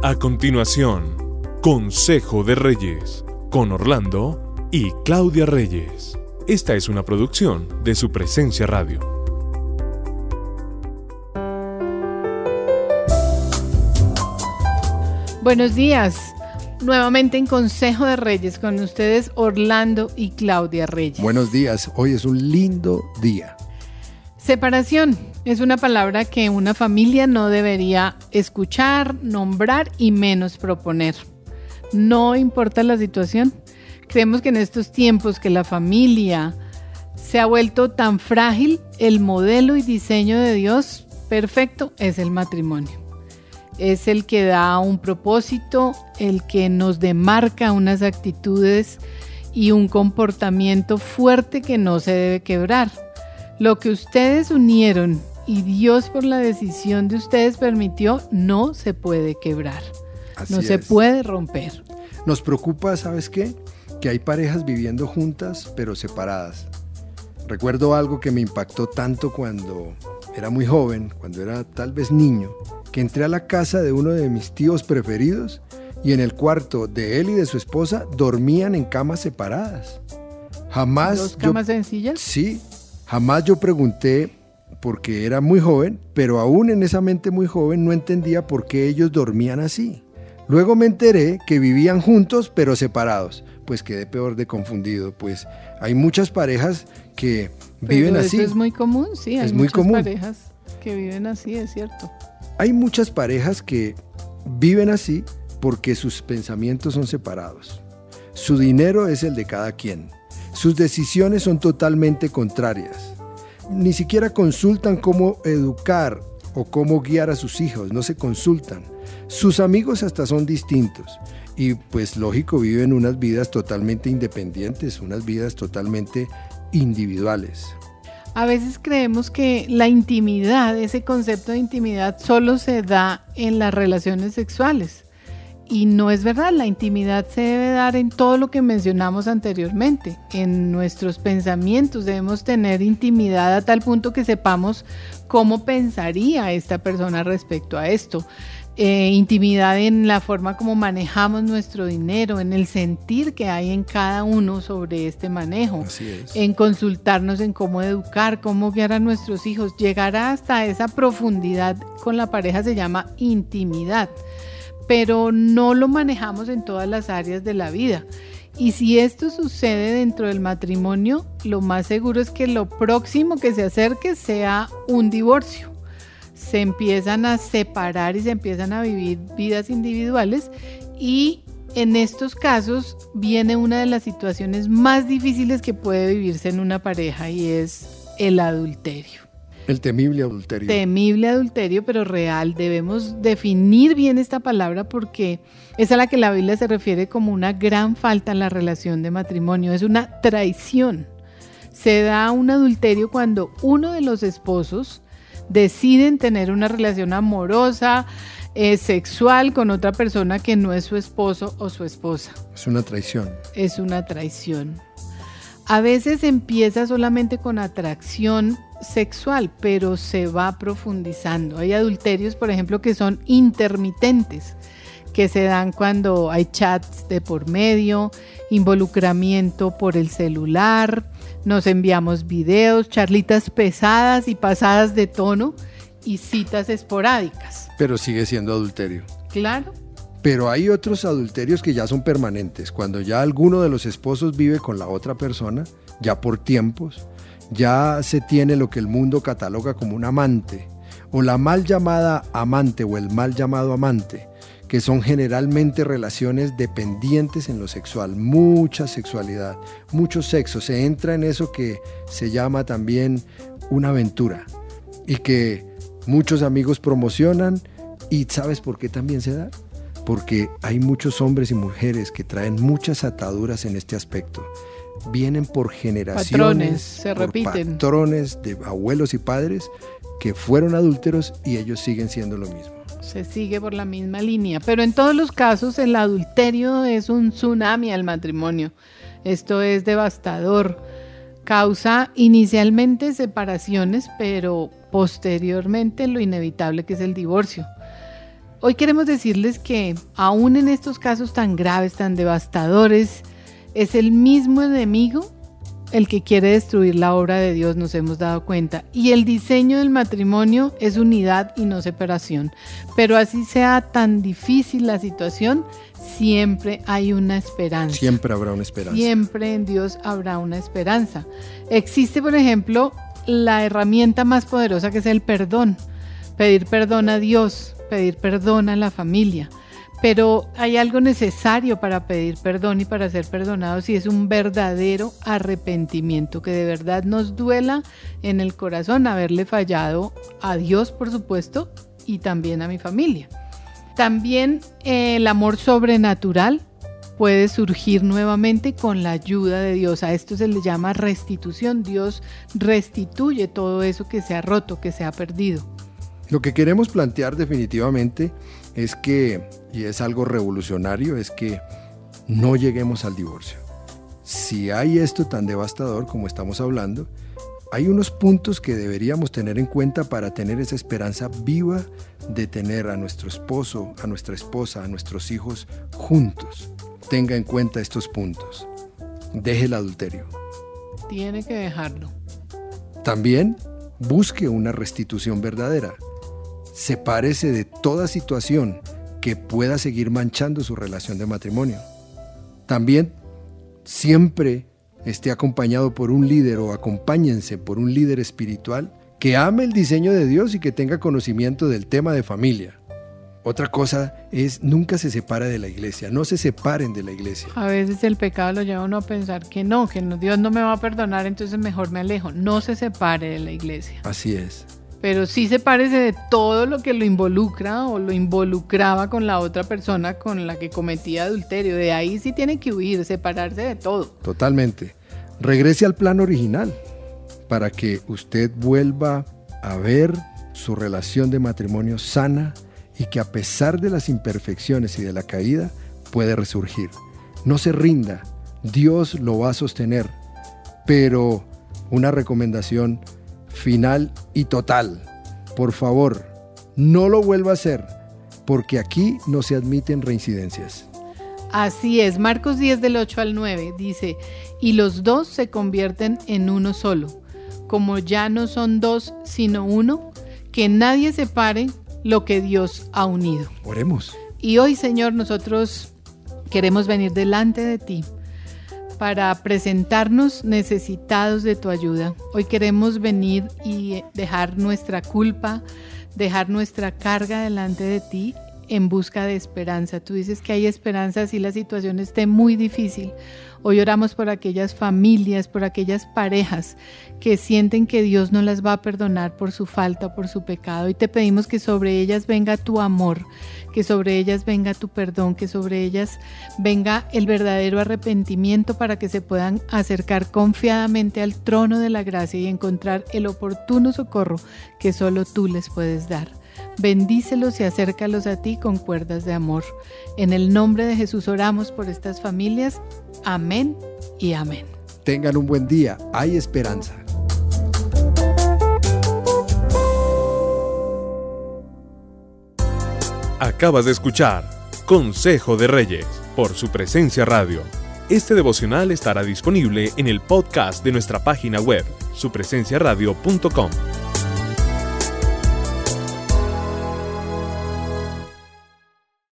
A continuación, Consejo de Reyes, con Orlando y Claudia Reyes. Esta es una producción de Su Presencia Radio. Buenos días, nuevamente en Consejo de Reyes con ustedes Orlando y Claudia Reyes. Buenos días, hoy es un lindo día. Separación es una palabra que una familia no debería escuchar, nombrar y menos proponer. No importa la situación, creemos que en estos tiempos que la familia se ha vuelto tan frágil, el modelo y diseño de Dios perfecto es el matrimonio. Es el que da un propósito, el que nos demarca unas actitudes y un comportamiento fuerte que no se debe quebrar. Lo que ustedes unieron y Dios por la decisión de ustedes permitió, no se puede quebrar. Así no es. se puede romper. Nos preocupa, ¿sabes qué? Que hay parejas viviendo juntas pero separadas. Recuerdo algo que me impactó tanto cuando era muy joven, cuando era tal vez niño, que entré a la casa de uno de mis tíos preferidos y en el cuarto de él y de su esposa dormían en camas separadas. Jamás. ¿Dos camas sencillas? Sí, jamás yo pregunté porque era muy joven, pero aún en esa mente muy joven no entendía por qué ellos dormían así. Luego me enteré que vivían juntos pero separados. Pues quedé peor de confundido, pues hay muchas parejas que viven así. Eso es muy común, sí, hay es muy muchas común. parejas que viven así, es cierto. Hay muchas parejas que viven así porque sus pensamientos son separados. Su dinero es el de cada quien. Sus decisiones son totalmente contrarias. Ni siquiera consultan cómo educar o cómo guiar a sus hijos, no se consultan. Sus amigos hasta son distintos. Y pues lógico, viven unas vidas totalmente independientes, unas vidas totalmente individuales. A veces creemos que la intimidad, ese concepto de intimidad solo se da en las relaciones sexuales. Y no es verdad, la intimidad se debe dar en todo lo que mencionamos anteriormente. En nuestros pensamientos debemos tener intimidad a tal punto que sepamos cómo pensaría esta persona respecto a esto. Intimidad en la forma como manejamos nuestro dinero, en el sentir que hay en cada uno sobre este manejo, Así es. en consultarnos en cómo educar, cómo guiar a nuestros hijos. Llegar hasta esa profundidad con la pareja se llama intimidad, pero no lo manejamos en todas las áreas de la vida. Y si esto sucede dentro del matrimonio, lo más seguro es que lo próximo que se acerque sea un divorcio. Se empiezan a separar y se empiezan a vivir vidas individuales y en estos casos viene una de las situaciones más difíciles que puede vivirse en una pareja y es el adulterio. El temible adulterio. Temible adulterio, pero real. Debemos definir bien esta palabra porque es a la que la Biblia se refiere como una gran falta en la relación de matrimonio. Es una traición. Se da un adulterio cuando uno de los esposos deciden tener una relación amorosa, sexual con otra persona que no es su esposo o su esposa. Es una traición. Es una traición. A veces empieza solamente con atracción sexual, pero se va profundizando. Hay adulterios, por ejemplo, que son intermitentes, que se dan cuando hay chats de por medio, involucramiento por el celular, nos enviamos videos, charlitas pesadas y pasadas de tono y citas esporádicas. Pero sigue siendo adulterio. Claro. Pero hay otros adulterios que ya son permanentes, cuando ya alguno de los esposos vive con la otra persona, ya por tiempos, ya se tiene lo que el mundo cataloga como un amante, o la mal llamada amante o el mal llamado amante, que son generalmente relaciones dependientes en lo sexual, mucha sexualidad, mucho sexo, se entra en eso que se llama también una aventura y que muchos amigos promocionan. ¿Y sabes por qué también se da? Porque hay muchos hombres y mujeres que traen muchas ataduras en este aspecto. Vienen por generaciones, patrones, se repiten. Patrones de abuelos y padres que fueron adúlteros y ellos siguen siendo lo mismo. Se sigue por la misma línea, pero en todos los casos el adulterio es un tsunami al matrimonio. Esto es devastador. Causa inicialmente separaciones, pero posteriormente lo inevitable que es el divorcio. Hoy queremos decirles que aún en estos casos tan graves, tan devastadores, es el mismo enemigo el que quiere destruir la obra de Dios, nos hemos dado cuenta. Y el diseño del matrimonio es unidad y no separación. Pero así sea tan difícil la situación, siempre hay una esperanza. Siempre habrá una esperanza. Siempre en Dios habrá una esperanza. Existe, por ejemplo, la herramienta más poderosa que es el perdón. Pedir perdón a Dios, pedir perdón a la familia. Pero hay algo necesario para pedir perdón y para ser perdonados, y es un verdadero arrepentimiento, que de verdad nos duela en el corazón haberle fallado a Dios, por supuesto, y también a mi familia. También el amor sobrenatural puede surgir nuevamente con la ayuda de Dios. A esto se le llama restitución. Dios restituye todo eso que se ha roto, que se ha perdido. Lo que queremos plantear definitivamente es que, y es algo revolucionario, es que no lleguemos al divorcio. Si hay esto tan devastador como estamos hablando, hay unos puntos que deberíamos tener en cuenta para tener esa esperanza viva de tener a nuestro esposo, a nuestra esposa, a nuestros hijos juntos. Tenga en cuenta estos puntos. Deje el adulterio. Tiene que dejarlo. También busque una restitución verdadera. Sepárese de toda situación que pueda seguir manchando su relación de matrimonio. También siempre esté acompañado por un líder, o acompáñense por un líder espiritual que ame el diseño de Dios y que tenga conocimiento del tema de familia. Otra cosa es, nunca se separe de la iglesia, no se separen de la iglesia. A veces el pecado lo lleva a uno a pensar que no, Dios no me va a perdonar, entonces mejor me alejo. No se separe de la iglesia. Así es. Pero sí sepárese de todo lo que lo involucra o lo involucraba con la otra persona con la que cometía adulterio. De ahí sí tiene que huir, separarse de todo. Totalmente. Regrese al plan original para que usted vuelva a ver su relación de matrimonio sana y que a pesar de las imperfecciones y de la caída puede resurgir. No se rinda, Dios lo va a sostener. Pero una recomendación final y total: por favor, no lo vuelva a hacer, porque aquí no se admiten reincidencias. Así es, Marcos 10 del 8 al 9 dice: y los dos se convierten en uno solo, como ya no son dos sino uno, que nadie separe lo que Dios ha unido. Oremos. Y hoy, Señor, nosotros queremos venir delante de ti para presentarnos necesitados de tu ayuda. Hoy queremos venir y dejar nuestra culpa, dejar nuestra carga delante de ti en busca de esperanza. Tú dices que hay esperanza si la situación esté muy difícil. Hoy oramos por aquellas familias, por aquellas parejas que sienten que Dios no las va a perdonar por su falta o por su pecado. Y te pedimos que sobre ellas venga tu amor, que sobre ellas venga tu perdón, que sobre ellas venga el verdadero arrepentimiento para que se puedan acercar confiadamente al trono de la gracia y encontrar el oportuno socorro que solo tú les puedes dar. Bendícelos y acércalos a ti con cuerdas de amor. En el nombre de Jesús oramos por estas familias. Amén y amén. Tengan un buen día. Hay esperanza. Acabas de escuchar Consejo de Reyes por Su Presencia Radio. Este devocional estará disponible en el podcast de nuestra página web, supresenciaradio.com.